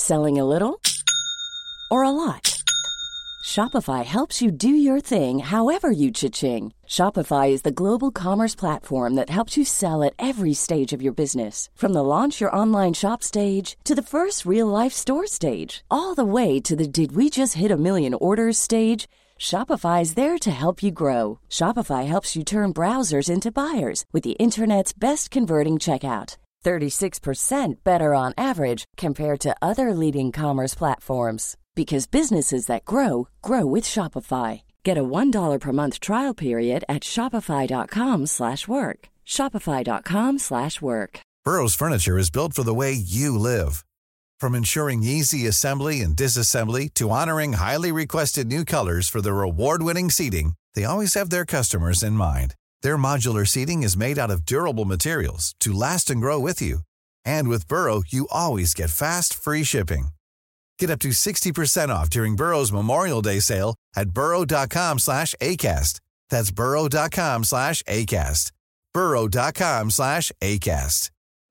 Selling a little or a lot? Shopify helps you do your thing however you cha-ching. Shopify is the global commerce platform that helps you sell at every stage of your business. From the launch your online shop stage to the first real-life store stage, all the way to the did we just hit a million orders stage. Shopify is there to help you grow. Shopify helps you turn browsers into buyers with the internet's best converting checkout. 36% better on average compared to other leading commerce platforms. Because businesses that grow, grow with Shopify. Get a $1 per month trial period at shopify.com/work. Shopify.com/work. Burrow's furniture is built for the way you live. From ensuring easy assembly and disassembly to honoring highly requested new colors for their award-winning seating, they always have their customers in mind. Their modular seating is made out of durable materials to last and grow with you. And with Burrow, you always get fast, free shipping. Get up to 60% off during Burrow's Memorial Day sale at burrow.com/ACAST. That's burrow.com/ACAST. burrow.com/ACAST.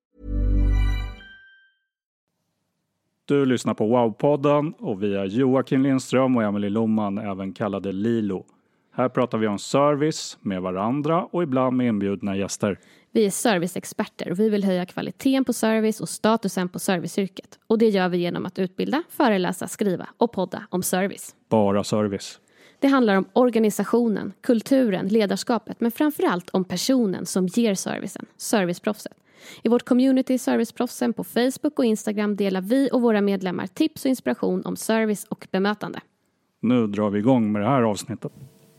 Du lyssnar på Wow-podden och vi är Joakim Lindström och Emily Lohman, även kallade Lilo. Här pratar vi om service med varandra och ibland med inbjudna gäster. Vi är serviceexperter och vi vill höja kvaliteten på service och statusen på serviceyrket. Och det gör vi genom att utbilda, föreläsa, skriva och podda om service. Bara service. Det handlar om organisationen, kulturen, ledarskapet, men framförallt om personen som ger servicen, serviceproffset. I vårt community Serviceproffsen på Facebook och Instagram delar vi och våra medlemmar tips och inspiration om service och bemötande. Nu drar vi igång med det här avsnittet.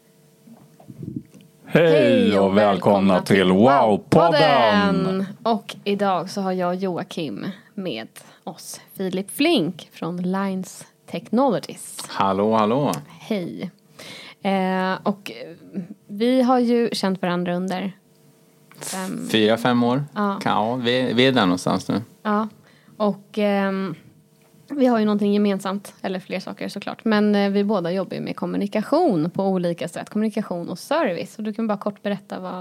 Hej och välkomna till Wow-podden! Och idag så har jag och Joakim med oss Filip Flink från Lines Technologies. Hallå, hallå. Hej. Och vi har ju känt varandra under 4-5 år. Ja, vi är där någonstans nu. Ja, och vi har ju någonting gemensamt, eller fler saker såklart. Men vi båda jobbar ju med kommunikation på olika sätt. Kommunikation och service. Och du kan bara kort berätta vad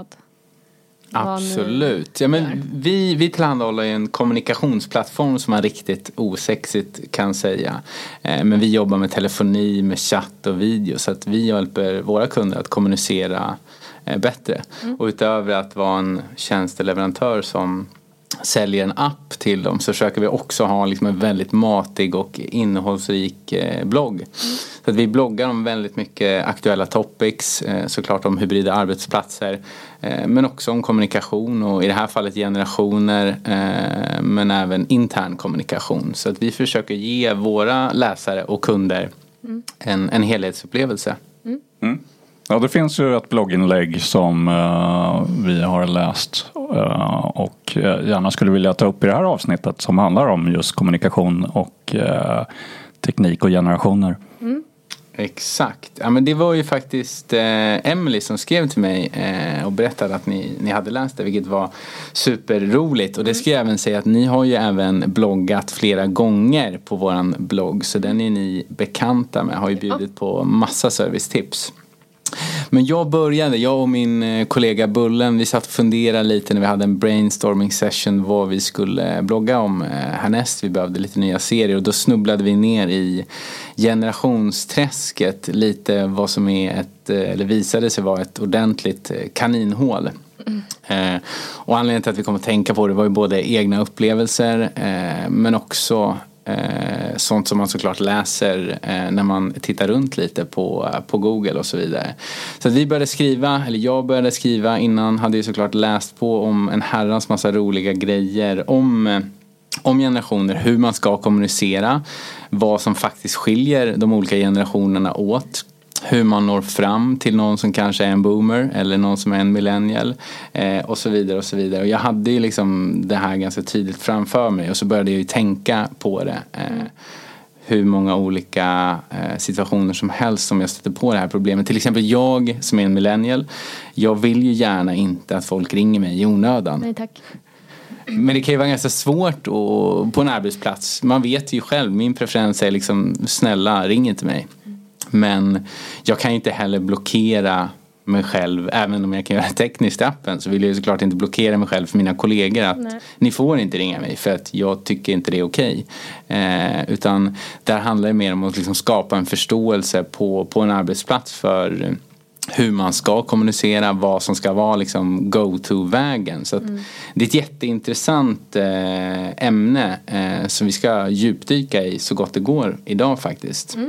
Absolut. Ja, men vi tillhandahåller ju en kommunikationsplattform som man riktigt osexigt kan säga. Men vi jobbar med telefoni, med chatt och video. Så att vi hjälper våra kunder att kommunicera bättre. Och utöver att vara en tjänsteleverantör som säljer en app till dem, så försöker vi också ha liksom en väldigt matig och innehållsrik blogg. Så att vi bloggar om väldigt mycket aktuella topics, såklart om hybrida arbetsplatser, men också om kommunikation och i det här fallet generationer, men även intern kommunikation. Så att vi försöker ge våra läsare och kunder en helhetsupplevelse. Ja, det finns ju ett blogginlägg som vi har läst och gärna skulle vilja ta upp i det här avsnittet som handlar om just kommunikation och teknik och generationer. Exakt. Ja, men det var ju faktiskt Emily som skrev till mig och berättade att ni hade läst det, vilket var superroligt. Och det ska jag även säga att ni har ju även bloggat flera gånger på våran blogg, så den är ni bekanta med. Har ju bjudit på massa servicetips. Men jag och min kollega Bullen, vi satt och funderade lite när vi hade en brainstorming session vad vi skulle blogga om härnäst. Vi behövde lite nya serier och då snubblade vi ner i generationsträsket, lite vad som är eller visade sig vara ett ordentligt kaninhål. Och anledningen till att vi kom att tänka på det var ju både egna upplevelser men också sånt som man såklart läser när man tittar runt lite på Google och så vidare. Så att jag började skriva innan, hade ju såklart läst på om en herrans massa roliga grejer om generationer, hur man ska kommunicera, vad som faktiskt skiljer de olika generationerna åt, hur man når fram till någon som kanske är en boomer eller någon som är en millennial och så vidare och så vidare. Och jag hade ju liksom det här ganska tydligt framför mig och så började jag ju tänka på det. Hur många olika situationer som helst som jag stöter på det här problemet. Till exempel jag som är en millennial, jag vill ju gärna inte att folk ringer mig i onödan. Nej tack. Men det kan ju vara ganska svårt på en arbetsplats. Man vet ju själv, min preferens är liksom snälla, ring inte mig. Men jag kan inte heller blockera mig själv, även om jag kan göra tekniskt i appen, så vill jag såklart inte blockera mig själv för mina kollegor att ni får inte ringa mig för att jag tycker inte det är okej. Utan där handlar det mer om att liksom skapa en förståelse på en arbetsplats för hur man ska kommunicera, vad som ska vara liksom go-to-vägen. Så att det är ett jätteintressant ämne som vi ska djupdyka i så gott det går idag faktiskt.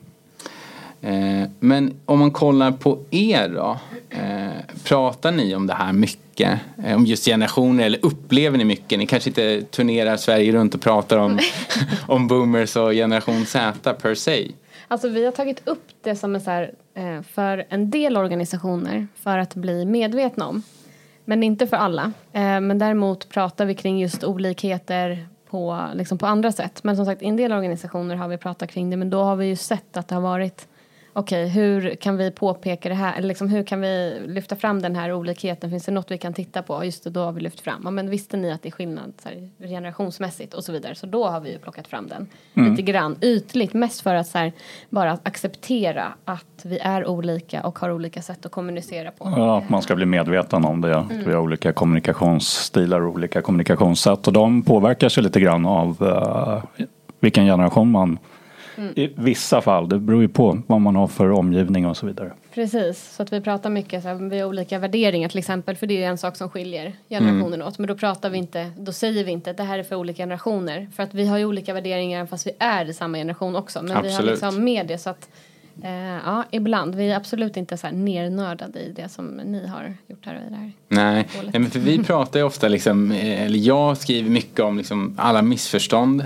Men om man kollar på er då, pratar ni om det här mycket? Om just generationer, eller upplever ni mycket? Ni kanske inte turnerar Sverige runt och pratar om boomers och generation Z per se. Alltså vi har tagit upp det som en så här, för en del organisationer för att bli medvetna om. Men inte för alla. Men däremot pratar vi kring just olikheter på andra sätt. Men som sagt, i en del organisationer har vi pratat kring det. Men då har vi ju sett att det har varit okej, hur kan vi påpeka det här? Eller liksom, hur kan vi lyfta fram den här olikheten? Finns det något vi kan titta på? Just det, då har vi lyft fram. Ja, men visste ni att det är skillnad så här, generationsmässigt och så vidare? Så då har vi ju plockat fram den lite grann ytligt. Mest för att så här, bara acceptera att vi är olika och har olika sätt att kommunicera på. Ja, man ska bli medveten om det. Vi har olika kommunikationsstilar och olika kommunikationssätt. Och de påverkar sig lite grann av vilken generation man i vissa fall, det beror ju på vad man har för omgivning och så vidare. Precis, så att vi pratar mycket så här, vi har olika värderingar till exempel, för det är en sak som skiljer generationen åt. Men då pratar vi inte, då säger vi inte att det här är för olika generationer. För att vi har ju olika värderingar fast vi är i samma generation också. Men absolut. Vi har liksom med det så att ja, ibland, vi är absolut inte så här nernördade i det som ni har gjort här i det här. Nej, men för vi pratar ju ofta liksom, eller jag skriver mycket om liksom alla missförstånd.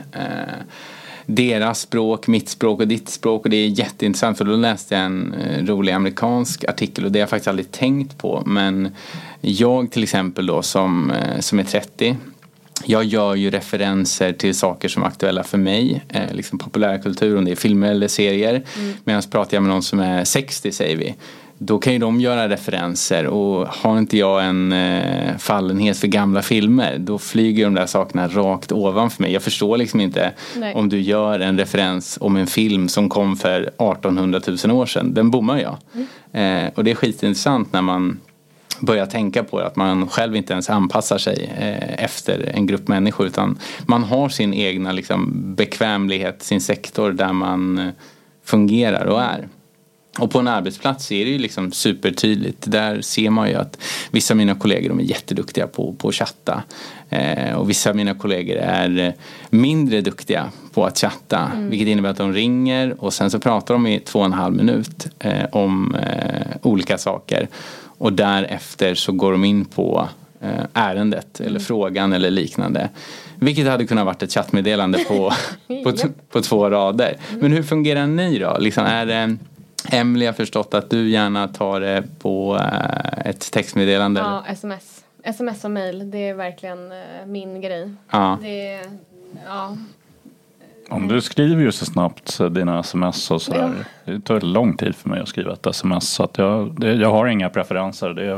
Deras språk, mitt språk och ditt språk, och det är jätteintressant, för då läste jag en rolig amerikansk artikel och det har jag faktiskt aldrig tänkt på, men jag till exempel då som är 30, jag gör ju referenser till saker som är aktuella för mig, liksom populärkultur, om det är filmer eller serier, medan pratar jag med någon som är 60 säger vi, då kan ju de göra referenser, och har inte jag en fallenhet för gamla filmer, då flyger de där sakerna rakt ovanför mig. Jag förstår liksom inte om du gör en referens om en film som kom för 1800 000 år sedan. Den bommar jag. Och det är skitintressant när man börjar tänka på att man själv inte ens anpassar sig efter en grupp människor, utan man har sin egna liksom bekvämlighet, sin sektor där man fungerar och är. Och på en arbetsplats är det ju liksom supertydligt. Där ser man ju att vissa av mina kollegor, de är jätteduktiga på att chatta. Och vissa av mina kollegor är mindre duktiga på att chatta. Vilket innebär att de ringer och sen så pratar de i 2,5 minut om olika saker. Och därefter så går de in på ärendet eller frågan eller liknande. Vilket hade kunnat varit ett chattmeddelande på 2 rader. Men hur fungerar ni då? Liksom är det... Emily har förstått att du gärna tar det på ett textmeddelande. Ja, sms och mail, det är verkligen min grej. Ja. Om du skriver ju så snabbt dina sms och sådär, det tar lång tid för mig att skriva ett sms, så att jag har inga preferenser.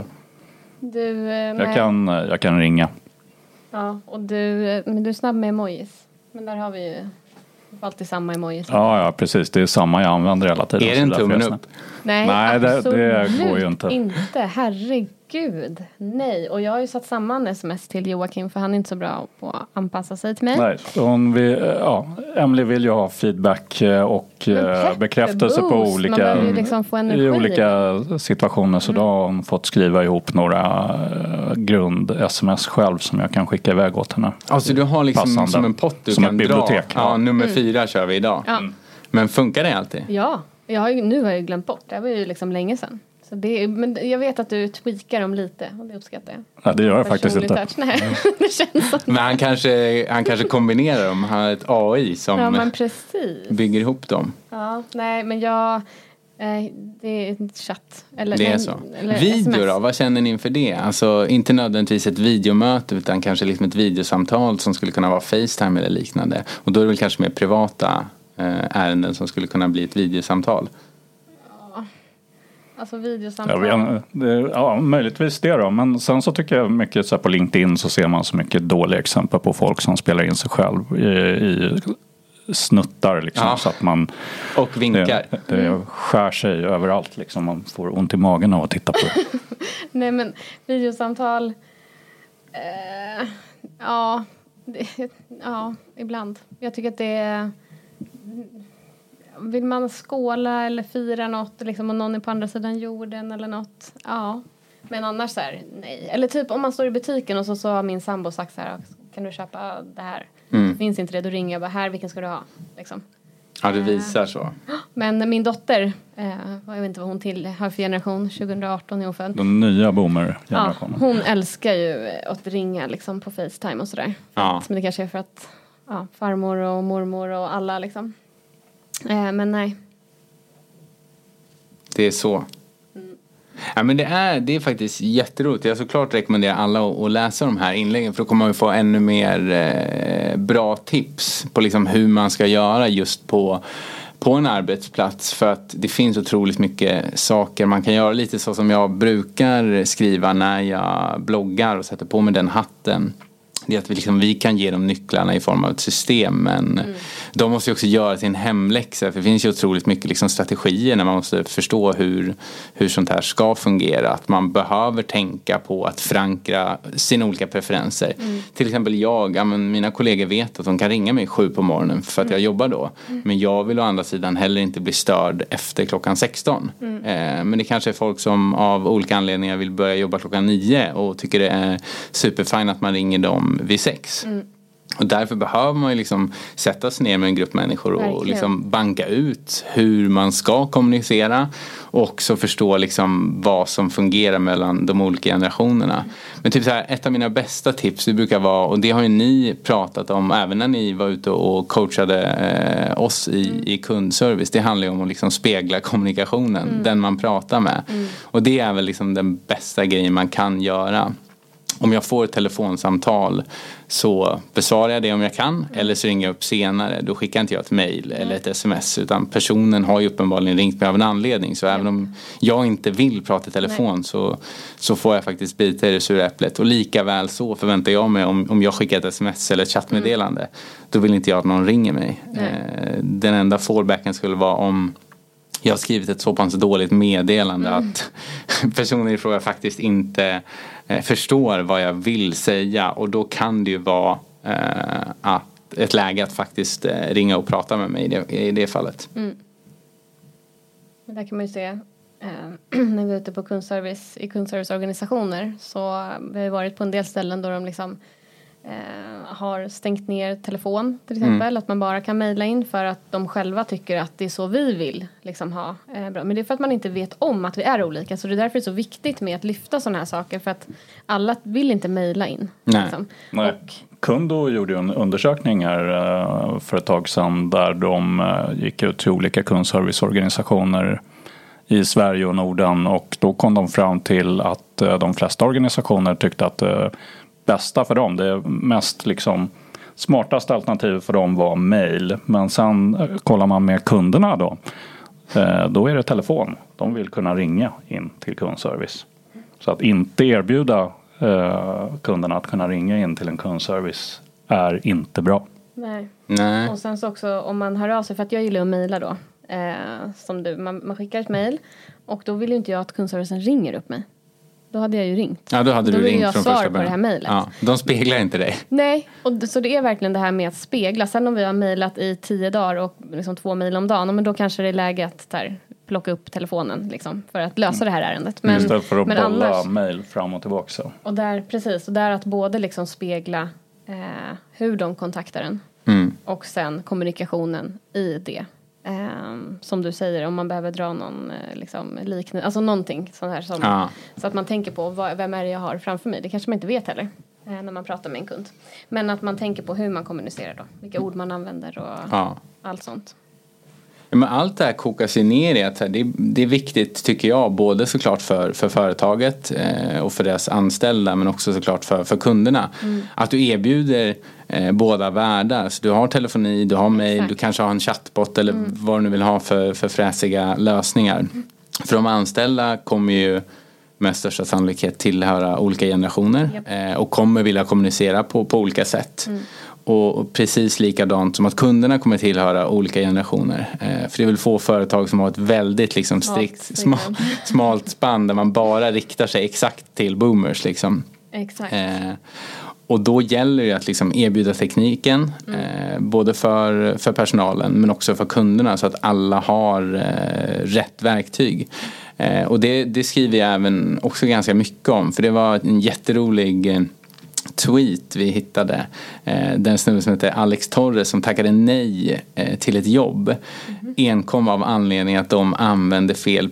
Jag kan ringa. Ja, och du är snabb med emojis. Men där har vi ju alltid samma emojis. Ja, precis. Det är samma jag använder hela tiden. Är det en tummen upp? Nej, det går ju inte. Herregud. Nej, och jag har ju satt samman sms till Joakim, för han är inte så bra på att anpassa sig till mig. Nej, Emily vill ju ha feedback och bekräftelse på olika, liksom få i olika situationer. Så då har hon fått skriva ihop några grund-sms själv som jag kan skicka iväg åt henne. Alltså du har liksom passande, som en pott du som kan bibliotek, dra. Ja, nummer 4 kör vi idag. Ja. Men funkar det alltid? Ja, nu har jag glömt bort. Det var ju liksom länge sedan. Så men jag vet att du tweakar dem lite, och det uppskattar jag. Ja, det gör jag faktiskt inte. Nej, det känns som. Men han kanske kombinerar dem. Han har ett AI som bygger ihop dem. Ja, nej, men det är chatt. Det är så. Video SMS. Då, vad känner ni inför det? Alltså inte nödvändigtvis ett videomöte, utan kanske liksom ett videosamtal som skulle kunna vara FaceTime eller liknande. Och då är det väl kanske mer privata ärenden som skulle kunna bli ett videosamtal. Alltså videosamtal. Möjligtvis det då. Men sen så tycker jag mycket så här, på LinkedIn så ser man så mycket dåliga exempel på folk som spelar in sig själv i snuttar liksom, så att man... Och vinkar. Det skär sig överallt liksom. Man får ont i magen av att titta på det. Nej, men videosamtal... ibland. Jag tycker att det är... Vill man skåla eller fira något liksom, och någon är på andra sidan jorden eller något? Ja. Men annars så här, nej. Eller typ om man står i butiken och så har min sambo sagt så här, kan du köpa det här? Finns inte det, då ringer jag bara, här, vilken ska du ha? Liksom. Ja, du visar så. Men min dotter, jag vet inte vad hon har för generation, 2018 är hon född. Den nya boomer-generationen. Ja, hon älskar ju att ringa liksom, på FaceTime och sådär. Ja. Men det kanske är för att farmor och mormor och alla liksom. Men nej. Det är så. Ja, men det är faktiskt jätteroligt. Jag såklart rekommenderar alla att läsa de här inläggen, för då kommer man få ännu mer bra tips på liksom hur man ska göra just på en arbetsplats, för att det finns otroligt mycket saker man kan göra, lite så som jag brukar skriva när jag bloggar och sätter på mig den hatten. Det är att vi kan ge dem nycklarna i form av ett system, men de måste ju också göra sin hemläxa, för det finns ju otroligt mycket liksom strategier när man måste förstå hur sånt här ska fungera, att man behöver tänka på att förankra sina olika preferenser. Till exempel mina kollegor vet att de kan ringa mig 7 på morgonen för att jag jobbar då, men jag vill å andra sidan heller inte bli störd efter klockan 16. Men det kanske är folk som av olika anledningar vill börja jobba klockan 9 och tycker det är superfint att man ringer dem vid 6. Och därför behöver man ju liksom sätta sig ner med en grupp människor och liksom banka ut hur man ska kommunicera och också förstå liksom vad som fungerar mellan de olika generationerna. Men typ så här, ett av mina bästa tips, det brukar vara, och det har ju ni pratat om även när ni var ute och coachade oss i kundservice, det handlar ju om att liksom spegla kommunikationen, den man pratar med. Och det är väl liksom den bästa grejen man kan göra. Om jag får ett telefonsamtal så besvarar jag det om jag kan, eller så ringer jag upp senare. Då skickar inte jag ett mejl eller ett sms, utan personen har ju uppenbarligen ringt mig av en anledning. Så även om jag inte vill prata i telefon så får jag faktiskt bita i det sura äpplet. Och lika väl så förväntar jag mig om jag skickar ett sms eller ett chattmeddelande, då vill inte jag att någon ringer mig. Den enda fallbacken skulle vara om jag har skrivit ett så pass dåligt meddelande att personen i fråga faktiskt inte förstår vad jag vill säga, och då kan det ju vara ett läge att faktiskt ringa och prata med mig i det fallet. Men där kan man ju se när vi är ute på kundservice i kundserviceorganisationer, så vi har varit på en del ställen då de liksom har stängt ner telefon till exempel, att man bara kan mejla in för att de själva tycker att det är så vi vill liksom ha bra. Men det är för att man inte vet om att vi är olika, så det är därför det är så viktigt med att lyfta sådana här saker, för att alla vill inte mejla in. Liksom. Nej. Och Kundo gjorde en undersökning här för ett tag sedan där de gick ut till olika kundserviceorganisationer i Sverige och Norden, och då kom de fram till att de flesta organisationer tyckte att bästa för dem, det mest liksom smartaste alternativet för dem var mejl. Men sen kollar man med kunderna då är det telefon. De vill kunna ringa in till kundservice. Så att inte erbjuda kunderna att kunna ringa in till en kundservice är inte bra. Nej. Och sen så också om man hör av sig, för att jag gillar att mejla då. Som du, man skickar ett mejl och då vill ju inte jag att kundservicen ringer upp mig. Då hade jag ju ringt. Ja, då hade du ringt från första början. Då vill jag svar på det här mejlet. Ja, de speglar inte dig. Nej, och så det är verkligen det här med att spegla. Sen om vi har mejlat i 10 dagar och liksom 2 mejl om dagen, men då kanske det är läge att plocka upp telefonen liksom, för att lösa det här ärendet. Men, istället för att bolla annars, mejl fram och tillbaka. Så. Och där att både liksom spegla hur de kontaktar en och sen kommunikationen i det. Som du säger, om man behöver dra någon liksom, liknande, alltså någonting sånt här som, så att man tänker på vem är det jag har framför mig. Det kanske man inte vet heller när man pratar med en kund, men att man tänker på hur man kommunicerar då, vilka ord man använder och allt sånt. Ja, men allt det här kokar sig ner i att det är viktigt, tycker jag, både såklart för företaget och för deras anställda, men också såklart för kunderna. Att du erbjuder båda världar. Så du har telefoni, du har mejl, du kanske har en chatbot eller vad du nu vill ha för fräsiga lösningar. För de anställda kommer ju med största sannolikhet tillhöra olika generationer och kommer vilja kommunicera på olika sätt. Och precis likadant som att kunderna kommer tillhöra olika generationer. För det är väl få företag som har ett väldigt liksom, strikt smalt spann där man bara riktar sig exakt till boomers. Liksom. Exakt. Och då gäller det att liksom erbjuda tekniken både för personalen men också för kunderna så att alla har rätt verktyg. Och det skriver jag även också ganska mycket om, för det var en jätterolig tweet vi hittade. Den snubben som heter Alex Torres som tackade nej till ett jobb enkom av anledning att de använde fel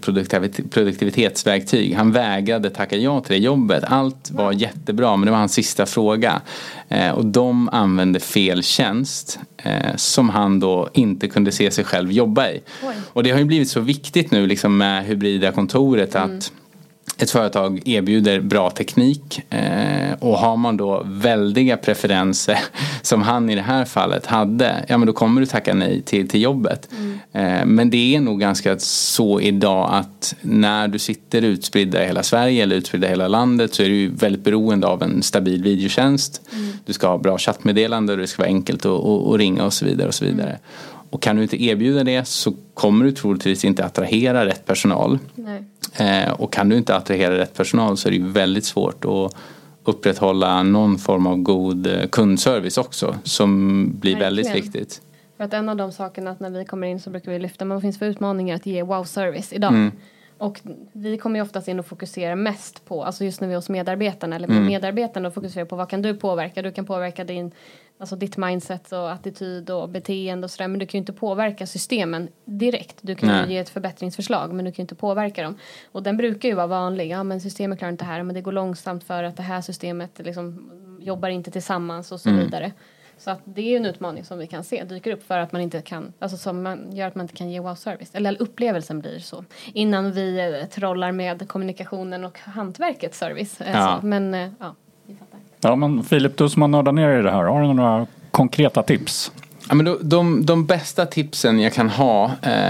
produktivitetsverktyg. Han vägrade tacka ja till det jobbet. Allt var jättebra, men det var hans sista fråga. Och de använde fel tjänst som han då inte kunde se sig själv jobba i. Oj. Och det har ju blivit så viktigt nu liksom med hybrida kontoret att ett företag erbjuder bra teknik och har man då väldiga preferenser som han i det här fallet hade, ja men då kommer du tacka nej till jobbet. Men det är nog ganska så idag att när du sitter utspridda i hela Sverige eller utspridda i hela landet så är du ju väldigt beroende av en stabil videotjänst. Du ska ha bra chattmeddelande och det ska vara enkelt att ringa och så vidare och så vidare. Och kan du inte erbjuda det så kommer du troligtvis inte attrahera rätt personal. Nej. Och kan du inte attrahera rätt personal så är det ju väldigt svårt att upprätthålla någon form av god kundservice också som blir väldigt viktigt. För att en av de sakerna att när vi kommer in så brukar vi lyfta vad finns för utmaningar att ge wow-service idag. Och vi kommer ju oftast in och fokusera mest på, alltså just när vi är hos medarbetarna eller med medarbetarna och fokuserar på vad kan du påverka. Du kan påverka ditt mindset och attityd och beteende och sådär. Men du kan ju inte påverka systemen direkt. Du kan ju ge ett förbättringsförslag men du kan ju inte påverka dem. Och den brukar ju vara vanlig. Ja men systemet klarar inte det här men det går långsamt för att det här systemet liksom jobbar inte tillsammans och så vidare. Så att det är ju en utmaning som vi kan se dyker upp för att man inte kan, alltså som gör att man inte kan ge wow-service. Eller upplevelsen blir så. Innan vi trollar med kommunikationen och hantverkets service. Ja. Alltså, men ja, vi fattar. Ja men Filip, du som har nördat ner i det här, har du några konkreta tips? Ja, men de bästa tipsen jag kan ha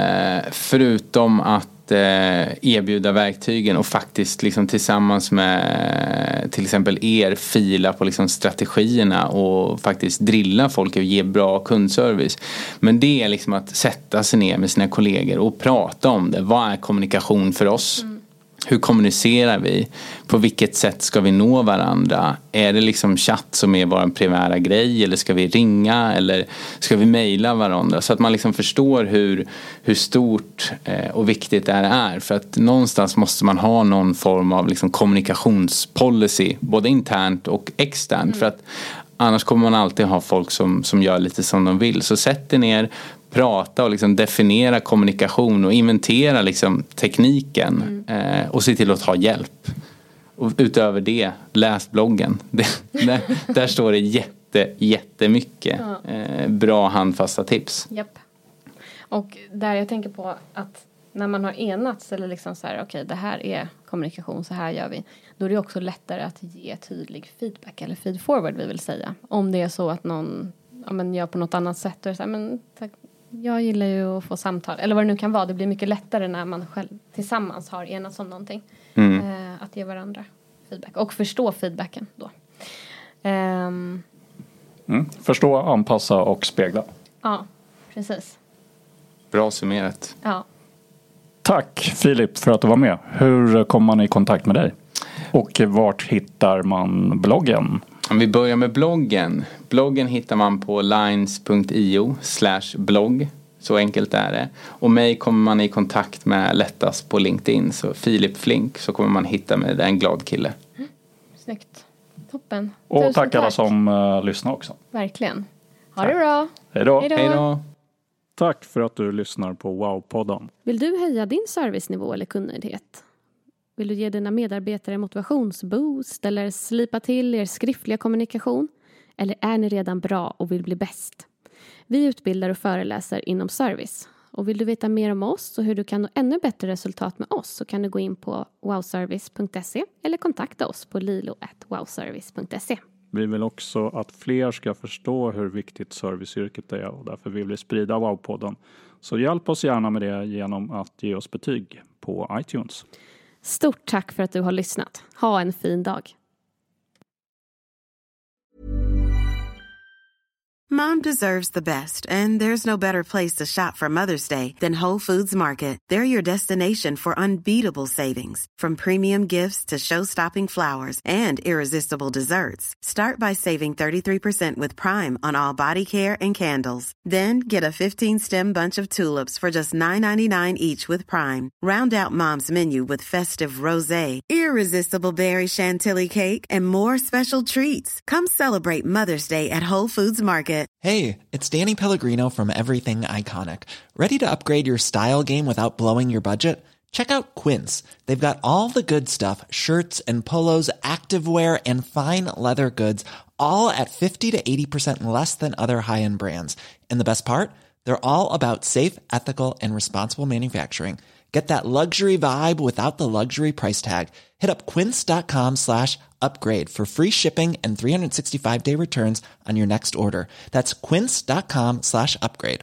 förutom att erbjuda verktygen och faktiskt liksom tillsammans med till exempel fila på liksom strategierna och faktiskt drilla folk och ge bra kundservice. Men det är liksom att sätta sig ner med sina kollegor och prata om det. Vad är kommunikation för oss? Hur kommunicerar vi? På vilket sätt ska vi nå varandra? Är det liksom chatt som är vår primära grej? Eller ska vi ringa? Eller ska vi mejla varandra? Så att man liksom förstår hur stort och viktigt det här är. För att någonstans måste man ha någon form av liksom kommunikationspolicy. Både internt och externt. För att annars kommer man alltid ha folk som gör lite som de vill. Så sätt er ner, prata och liksom definiera kommunikation och inventera liksom tekniken och se till att ha hjälp. Och utöver det, läs bloggen. Där står det jättemycket bra handfasta tips. Japp. Och där jag tänker på att när man har enats eller liksom så här, okej, det här är kommunikation, så här gör vi. Då är det också lättare att ge tydlig feedback eller feed forward, vi vill säga. Om det är så att någon gör på något annat sätt. Och så här, men tack, jag gillar ju att få samtal. Eller vad det nu kan vara. Det blir mycket lättare när man själv tillsammans har enats om någonting. Att ge varandra feedback. Och förstå feedbacken då. Förstå, anpassa och spegla. Ja, precis. Bra summerat. Ja. Tack Filip för att du var med. Hur kommer man i kontakt med dig? Och vart hittar man bloggen? Om vi börjar med bloggen. Bloggen hittar man på lines.io/blogg. Så enkelt är det. Och mig kommer man i kontakt med lättast på LinkedIn. Så Filip Flink, så kommer man hitta med en glad kille. Snyggt. Toppen. Och tack alla som lyssnar också. Verkligen. Ha det bra. Hej då. Hej då. Tack för att du lyssnar på Wow-podden. Vill du höja din servicenivå eller kundnöjdhet? Vill du ge dina medarbetare motivationsboost eller slipa till er skriftliga kommunikation? Eller är ni redan bra och vill bli bäst? Vi utbildar och föreläser inom service. Och vill du veta mer om oss och hur du kan nå ännu bättre resultat med oss så kan du gå in på wowservice.se eller kontakta oss på lilo@wowservice.se. Vi vill också att fler ska förstå hur viktigt serviceyrket är och därför vill vi sprida Wow-podden. Så hjälp oss gärna med det genom att ge oss betyg på iTunes. Stort tack för att du har lyssnat. Ha en fin dag. Mom deserves the best, and there's no better place to shop for Mother's Day than Whole Foods Market. They're your destination for unbeatable savings, from premium gifts to show-stopping flowers and irresistible desserts. Start by saving 33% with Prime on all body care and candles. Then get a 15-stem bunch of tulips for just $9.99 each with Prime. Round out Mom's menu with festive rosé, irresistible berry chantilly cake, and more special treats. Come celebrate Mother's Day at Whole Foods Market. Hey, it's Danny Pellegrino from Everything Iconic. Ready to upgrade your style game without blowing your budget? Check out Quince. They've got all the good stuff, shirts and polos, activewear, and fine leather goods, all at 50 to 80% less than other high-end brands. And the best part? They're all about safe, ethical, and responsible manufacturing. Get that luxury vibe without the luxury price tag. Hit up quince.com/upgrade for free shipping and 365-day returns on your next order. That's quince.com/upgrade.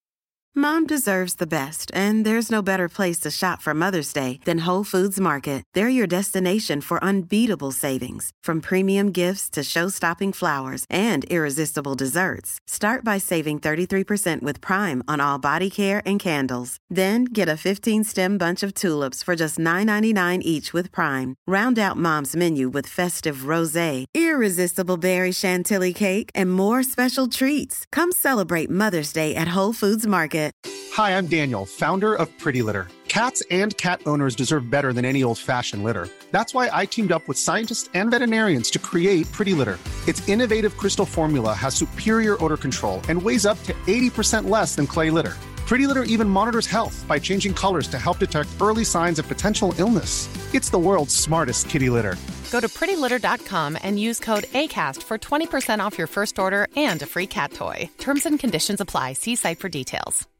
Mom deserves the best, and there's no better place to shop for Mother's Day than Whole Foods Market. They're your destination for unbeatable savings, from premium gifts to show-stopping flowers and irresistible desserts. Start by saving 33% with Prime on all body care and candles. Then get a 15-stem bunch of tulips for just $9.99 each with Prime. Round out Mom's menu with festive rosé, irresistible berry chantilly cake, and more special treats. Come celebrate Mother's Day at Whole Foods Market. Hi, I'm Daniel, founder of Pretty Litter. Cats and cat owners deserve better than any old-fashioned litter. That's why I teamed up with scientists and veterinarians to create Pretty Litter. Its innovative crystal formula has superior odor control and weighs up to 80% less than clay litter. Pretty Litter even monitors health by changing colors to help detect early signs of potential illness. It's the world's smartest kitty litter. Go to prettylitter.com and use code ACAST for 20% off your first order and a free cat toy. Terms and conditions apply. See site for details.